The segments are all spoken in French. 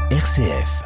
RCF.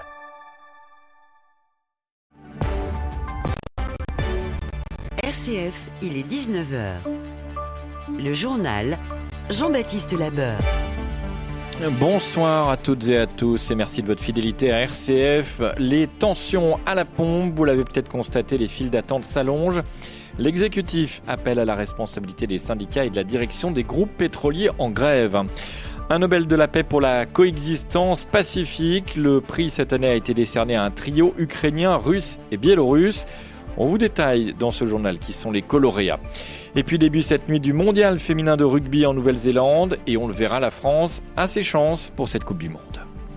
RCF, il est 19h. Le journal Jean-Baptiste Labeur. Bonsoir à toutes et à tous et merci de votre fidélité à RCF. Les tensions à la pompe, vous l'avez peut-être constaté, les files d'attente s'allongent. L'exécutif appelle à la responsabilité des syndicats et de la direction des groupes pétroliers en grève. Un Nobel de la paix pour la coexistence pacifique. Le prix cette année a été décerné à un trio ukrainien, russe et biélorusse. On vous détaille dans ce journal qui sont les lauréats. Et puis début cette nuit du mondial féminin de rugby en Nouvelle-Zélande et on le verra, la France a ses chances pour cette Coupe du Monde.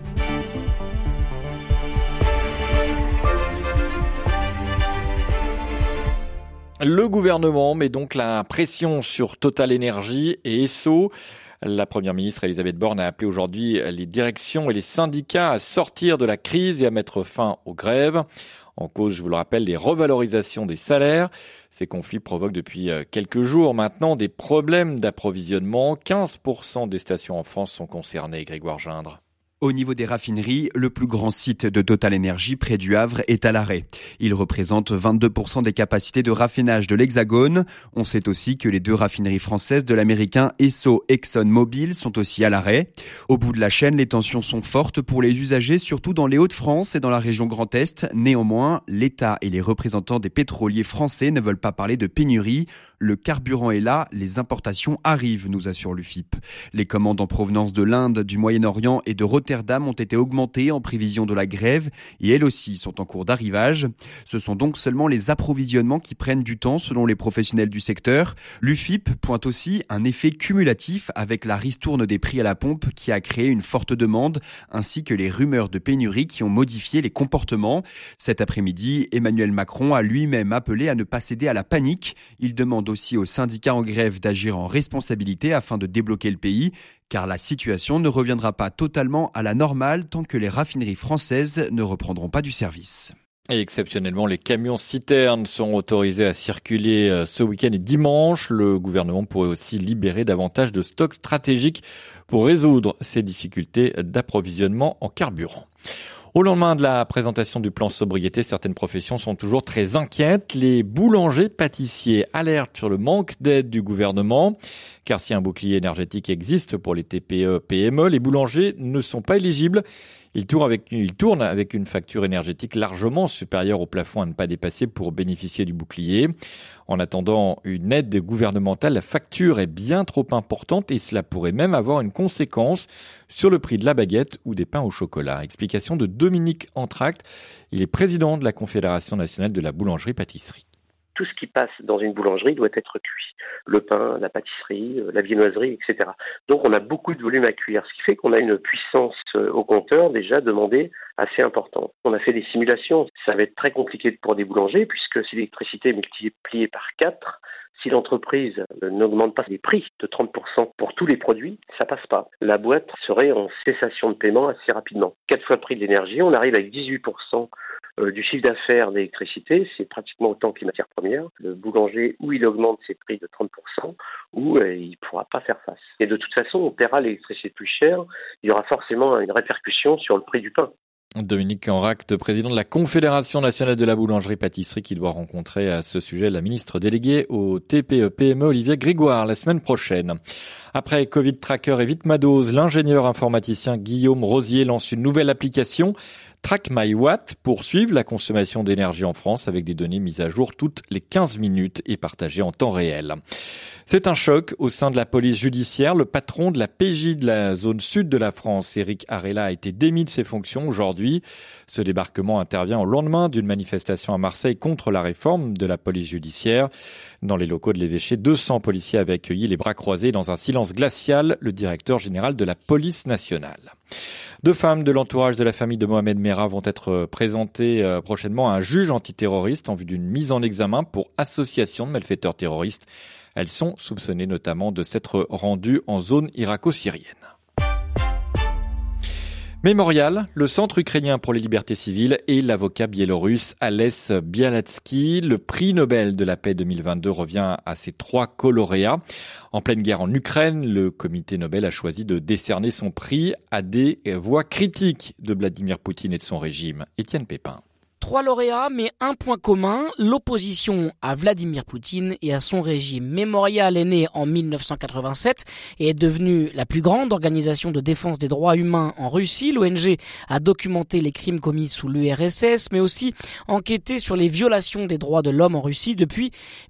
Le gouvernement met donc la pression sur Total Energy et Esso. La première ministre Elisabeth Borne a appelé aujourd'hui les directions et les syndicats à sortir de la crise et à mettre fin aux grèves. En cause, je vous le rappelle, les revalorisations des salaires. Ces conflits provoquent depuis quelques jours maintenant des problèmes d'approvisionnement. 15% des stations en France sont concernées, Grégoire Gindre. Au niveau des raffineries, le plus grand site de Total Energy près du Havre est à l'arrêt. Il représente 22% des capacités de raffinage de l'Hexagone. On sait aussi que les deux raffineries françaises de l'américain Esso ExxonMobil sont aussi à l'arrêt. Au bout de la chaîne, les tensions sont fortes pour les usagers, surtout dans les Hauts-de-France et dans la région Grand Est. Néanmoins, l'État et les représentants des pétroliers français ne veulent pas parler de pénurie. Le carburant est là, les importations arrivent, nous assure l'UFIP. Les commandes en provenance de l'Inde, du Moyen-Orient et de Rotterdam ont été augmentées en prévision de la grève et elles aussi sont en cours d'arrivage. Ce sont donc seulement les approvisionnements qui prennent du temps selon les professionnels du secteur. L'UFIP pointe aussi un effet cumulatif avec la ristourne des prix à la pompe qui a créé une forte demande ainsi que les rumeurs de pénurie qui ont modifié les comportements. Cet après-midi, Emmanuel Macron a lui-même appelé à ne pas céder à la panique. Il demande aussi aux syndicats en grève d'agir en responsabilité afin de débloquer le pays, car la situation ne reviendra pas totalement à la normale tant que les raffineries françaises ne reprendront pas du service. Et exceptionnellement, les camions-citernes sont autorisés à circuler ce week-end et dimanche. Le gouvernement pourrait aussi libérer davantage de stocks stratégiques pour résoudre ces difficultés d'approvisionnement en carburant. Au lendemain de la présentation du plan sobriété, certaines professions sont toujours très inquiètes. Les boulangers-pâtissiers alertent sur le manque d'aide du gouvernement. Car si un bouclier énergétique existe pour les TPE-PME, les boulangers ne sont pas éligibles. Ils tournent avec une facture énergétique largement supérieure au plafond à ne pas dépasser pour bénéficier du bouclier. En attendant une aide gouvernementale, la facture est bien trop importante et cela pourrait même avoir une conséquence sur le prix de la baguette ou des pains au chocolat. Explication de Dominique Entracte. Il est président de la Confédération nationale de la boulangerie-pâtisserie. Tout ce qui passe dans une boulangerie doit être cuit. Le pain, la pâtisserie, la viennoiserie, etc. Donc on a beaucoup de volume à cuire, ce qui fait qu'on a une puissance au compteur déjà demandée assez importante. On a fait des simulations, ça va être très compliqué pour des boulangers puisque si l'électricité est multipliée par 4, si l'entreprise n'augmente pas les prix de 30% pour tous les produits, ça passe pas. La boîte serait en cessation de paiement assez rapidement. 4 fois le prix de l'énergie, on arrive avec 18% du chiffre d'affaires d'électricité, c'est pratiquement autant que les matières premières. Le boulanger, ou il augmente ses prix de 30%, ou il ne pourra pas faire face. Et de toute façon, on paiera l'électricité plus cher, il y aura forcément une répercussion sur le prix du pain. Dominique Enracte, président de la Confédération nationale de la boulangerie-pâtisserie, qui doit rencontrer à ce sujet la ministre déléguée au TPE-PME, Olivier Grégoire, la semaine prochaine. Après Covid Tracker et Vitmados, l'ingénieur informaticien Guillaume Rosier lance une nouvelle application, Track My Watt, pour suivre la consommation d'énergie en France avec des données mises à jour toutes les 15 minutes et partagées en temps réel. C'est un choc au sein de la police judiciaire. Le patron de la PJ de la zone sud de la France, Éric Arella, a été démis de ses fonctions aujourd'hui. Ce débarquement intervient au lendemain d'une manifestation à Marseille contre la réforme de la police judiciaire. Dans les locaux de l'évêché, 200 policiers avaient accueilli les bras croisés dans un silence glacial le directeur général de la police nationale. 2 femmes de l'entourage de la famille de Mohamed Merah vont être présentées prochainement à un juge antiterroriste en vue d'une mise en examen pour association de malfaiteurs terroristes. Elles sont soupçonnées notamment de s'être rendues en zone irako-syrienne. Mémorial, le Centre ukrainien pour les libertés civiles et l'avocat biélorusse Ales Bialiatski. Le prix Nobel de la paix 2022 revient à ses 3 co-lauréats. En pleine guerre en Ukraine, le comité Nobel a choisi de décerner son prix à des voix critiques de Vladimir Poutine et de son régime. Étienne Pépin. 3 lauréats, mais un point commun, l'opposition à Vladimir Poutine et à son régime. Mémorial est né en 1987 et est devenue la plus grande organisation de défense des droits humains en Russie. L'ONG a documenté les crimes commis sous l'URSS, mais aussi enquêté sur les violations des droits de l'homme en Russie depuis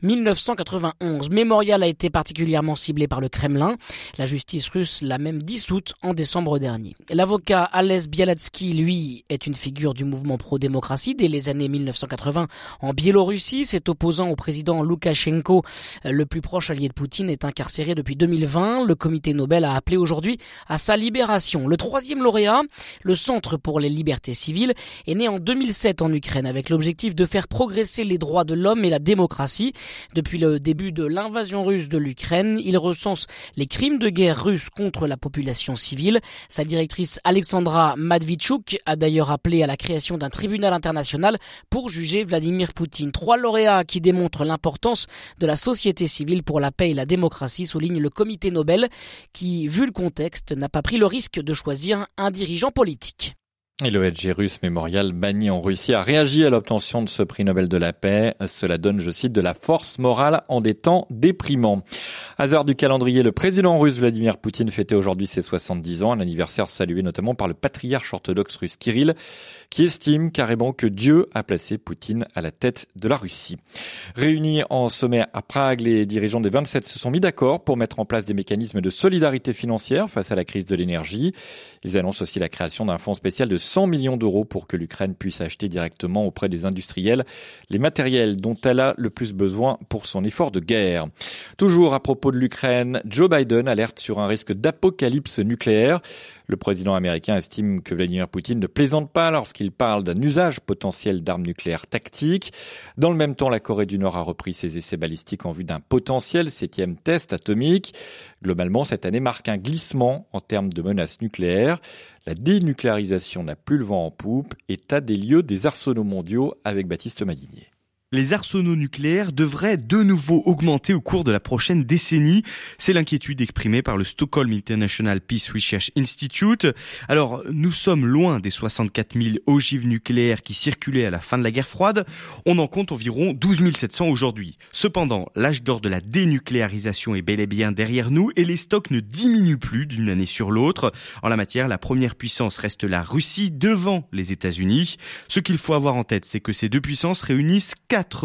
1991. Mémorial a été particulièrement ciblé par le Kremlin. La justice russe l'a même dissoute en décembre dernier. L'avocat Ales Bialiatski, lui, est une figure du mouvement pro-démocratie dès les années 1980 en Biélorussie. Cet opposant au président Loukachenko, le plus proche allié de Poutine, est incarcéré depuis 2020. Le comité Nobel a appelé aujourd'hui à sa libération. Le 3e lauréat, le Centre pour les libertés civiles, est né en 2007 en Ukraine avec l'objectif de faire progresser les droits de l'homme et la démocratie. Depuis le début de l'invasion russe de l'Ukraine, il recense les crimes de guerre russes contre la population civile. Sa directrice Alexandra Matvichuk a d'ailleurs appelé à la création d'un tribunal international pour juger Vladimir Poutine. 3 lauréats qui démontrent l'importance de la société civile pour la paix et la démocratie, souligne le comité Nobel qui, vu le contexte, n'a pas pris le risque de choisir un dirigeant politique. Et l'ONG russe Mémorial, banni en Russie, a réagi à l'obtention de ce prix Nobel de la paix. Cela donne, je cite, de la force morale en des temps déprimants. Hasard du calendrier, le président russe Vladimir Poutine fêtait aujourd'hui ses 70 ans, un anniversaire salué notamment par le patriarche orthodoxe russe Kirill, qui estime carrément que Dieu a placé Poutine à la tête de la Russie. Réunis en sommet à Prague, les dirigeants des 27 se sont mis d'accord pour mettre en place des mécanismes de solidarité financière face à la crise de l'énergie. Ils annoncent aussi la création d'un fonds spécial de 100 millions d'euros pour que l'Ukraine puisse acheter directement auprès des industriels les matériels dont elle a le plus besoin pour son effort de guerre. Toujours à propos de l'Ukraine, Joe Biden alerte sur un risque d'apocalypse nucléaire. Le président américain estime que Vladimir Poutine ne plaisante pas lorsqu'il parle d'un usage potentiel d'armes nucléaires tactiques. Dans le même temps, la Corée du Nord a repris ses essais balistiques en vue d'un potentiel 7e test atomique. Globalement, cette année marque un glissement en termes de menaces nucléaires. La dénucléarisation n'a plus le vent en poupe. État des lieux des arsenaux mondiaux avec Baptiste Madinier. Les arsenaux nucléaires devraient de nouveau augmenter au cours de la prochaine décennie. C'est l'inquiétude exprimée par le Stockholm International Peace Research Institute. Alors, nous sommes loin des 64 000 ogives nucléaires qui circulaient à la fin de la guerre froide. On en compte environ 12 700 aujourd'hui. Cependant, l'âge d'or de la dénucléarisation est bel et bien derrière nous et les stocks ne diminuent plus d'une année sur l'autre. En la matière, la première puissance reste la Russie devant les États-Unis. Ce qu'il faut avoir en tête, c'est que ces deux puissances réunissent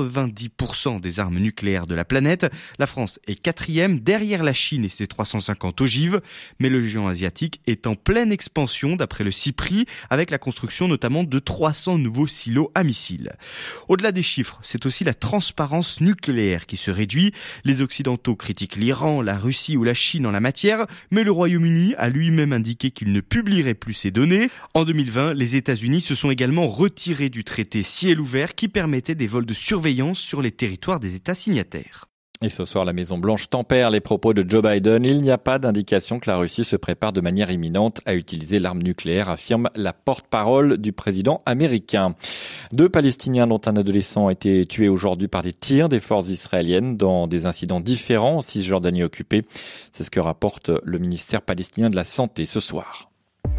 90% des armes nucléaires de la planète. La France est 4e, derrière la Chine et ses 350 ogives. Mais le géant asiatique est en pleine expansion d'après le CIPRI, avec la construction notamment de 300 nouveaux silos à missiles. Au-delà des chiffres, c'est aussi la transparence nucléaire qui se réduit. Les Occidentaux critiquent l'Iran, la Russie ou la Chine en la matière, mais le Royaume-Uni a lui-même indiqué qu'il ne publierait plus ces données. En 2020, les États-Unis se sont également retirés du traité ciel ouvert qui permettait des vols de surveillance sur les territoires des États signataires. Et ce soir, la Maison-Blanche tempère les propos de Joe Biden. Il n'y a pas d'indication que la Russie se prépare de manière imminente à utiliser l'arme nucléaire, affirme la porte-parole du président américain. 2 Palestiniens, dont un adolescent, ont été tués aujourd'hui par des tirs des forces israéliennes dans des incidents différents en Cisjordanie occupée. C'est ce que rapporte le ministère palestinien de la Santé ce soir.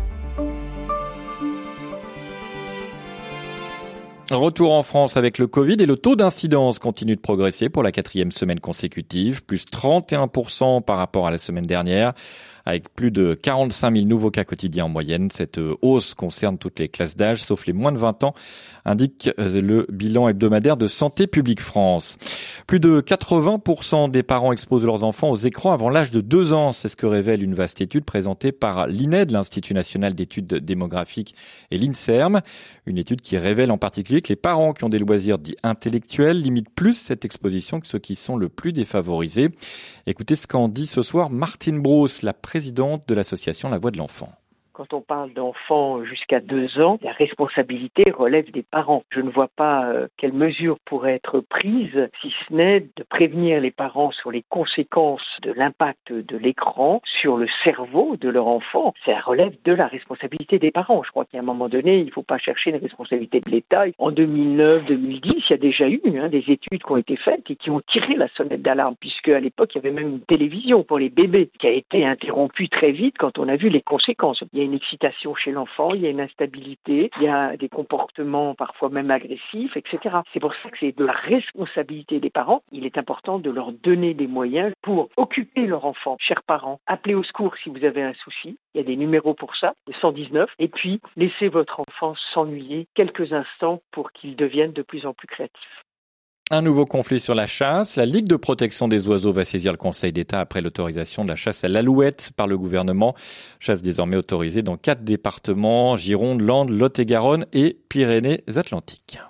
Retour en France avec le Covid et le taux d'incidence continue de progresser pour la 4e semaine consécutive, plus 31% par rapport à la semaine dernière, avec plus de 45 000 nouveaux cas quotidiens en moyenne. Cette hausse concerne toutes les classes d'âge, sauf les moins de 20 ans, indique le bilan hebdomadaire de Santé publique France. Plus de 80% des parents exposent leurs enfants aux écrans avant l'âge de 2 ans. C'est ce que révèle une vaste étude présentée par l'INED, l'Institut national d'études démographiques, et l'INSERM. Une étude qui révèle en particulier que les parents qui ont des loisirs dits intellectuels limitent plus cette exposition que ceux qui sont le plus défavorisés. Écoutez ce qu'en dit ce soir Martine Brousse, la présidente de l'association La Voix de l'Enfant. Quand on parle d'enfants jusqu'à 2 ans, la responsabilité relève des parents. Je ne vois pas quelles mesures pourraient être prises, si ce n'est de prévenir les parents sur les conséquences de l'impact de l'écran sur le cerveau de leur enfant. Ça relève de la responsabilité des parents. Je crois qu'à un moment donné, il ne faut pas chercher une responsabilité de l'État. En 2009-2010, il y a déjà eu des études qui ont été faites et qui ont tiré la sonnette d'alarme, puisque à l'époque, il y avait même une télévision pour les bébés qui a été interrompue très vite quand on a vu les conséquences. Il y a une excitation chez l'enfant, il y a une instabilité, il y a des comportements parfois même agressifs, etc. C'est pour ça que c'est de la responsabilité des parents. Il est important de leur donner des moyens pour occuper leur enfant. Chers parents, appelez au secours si vous avez un souci. Il y a des numéros pour ça, le 119. Et puis, laissez votre enfant s'ennuyer quelques instants pour qu'il devienne de plus en plus créatif. Un nouveau conflit sur la chasse. La Ligue de protection des oiseaux va saisir le Conseil d'État après l'autorisation de la chasse à l'alouette par le gouvernement. Chasse désormais autorisée dans 4 départements, Gironde, Landes, Lot-et-Garonne et Pyrénées-Atlantiques.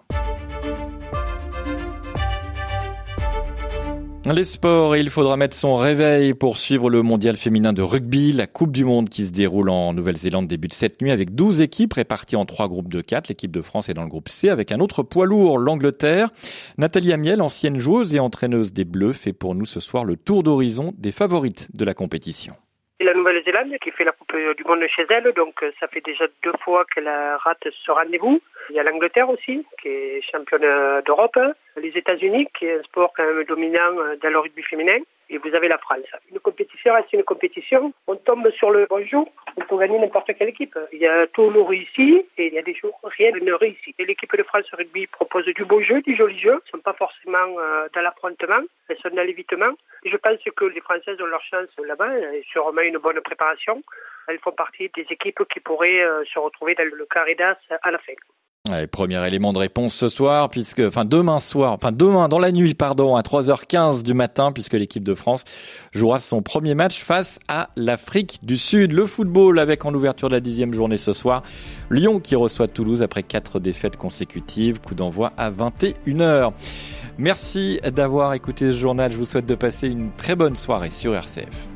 Les sports, il faudra mettre son réveil pour suivre le mondial féminin de rugby, la Coupe du Monde qui se déroule en Nouvelle-Zélande débute cette nuit avec 12 équipes réparties en 3 groupes de 4. L'équipe de France est dans le groupe C avec un autre poids lourd, l'Angleterre. Nathalie Amiel, ancienne joueuse et entraîneuse des Bleus, fait pour nous ce soir le tour d'horizon des favorites de la compétition. C'est la Nouvelle-Zélande qui fait la Coupe du Monde chez elle, donc ça fait déjà 2 fois qu'elle rate ce rendez-vous. Il y a l'Angleterre aussi, qui est championne d'Europe. Les États-Unis, qui est un sport quand même dominant dans le rugby féminin. Et vous avez la France. Une compétition reste une compétition. On tombe sur le bon jour, on peut gagner n'importe quelle équipe. Il y a tout le réussi et il y a des jours rien ne réussit. Et l'équipe de France Rugby propose du beau jeu, du joli jeu. Elles ne sont pas forcément dans l'affrontement, elles sont dans l'évitement. Et je pense que les Françaises ont leur chance là-bas et sûrement une bonne préparation. Elles font partie des équipes qui pourraient se retrouver dans le carré d'as à la fin. Ouais, premier élément de réponse ce soir, demain dans la nuit, à 3h15 du matin, puisque l'équipe de France jouera son premier match face à l'Afrique du Sud. Le football avec en ouverture de la 10e journée ce soir, Lyon qui reçoit Toulouse après 4 défaites consécutives. Coup d'envoi à 21h. Merci d'avoir écouté ce journal. Je vous souhaite de passer une très bonne soirée sur RCF.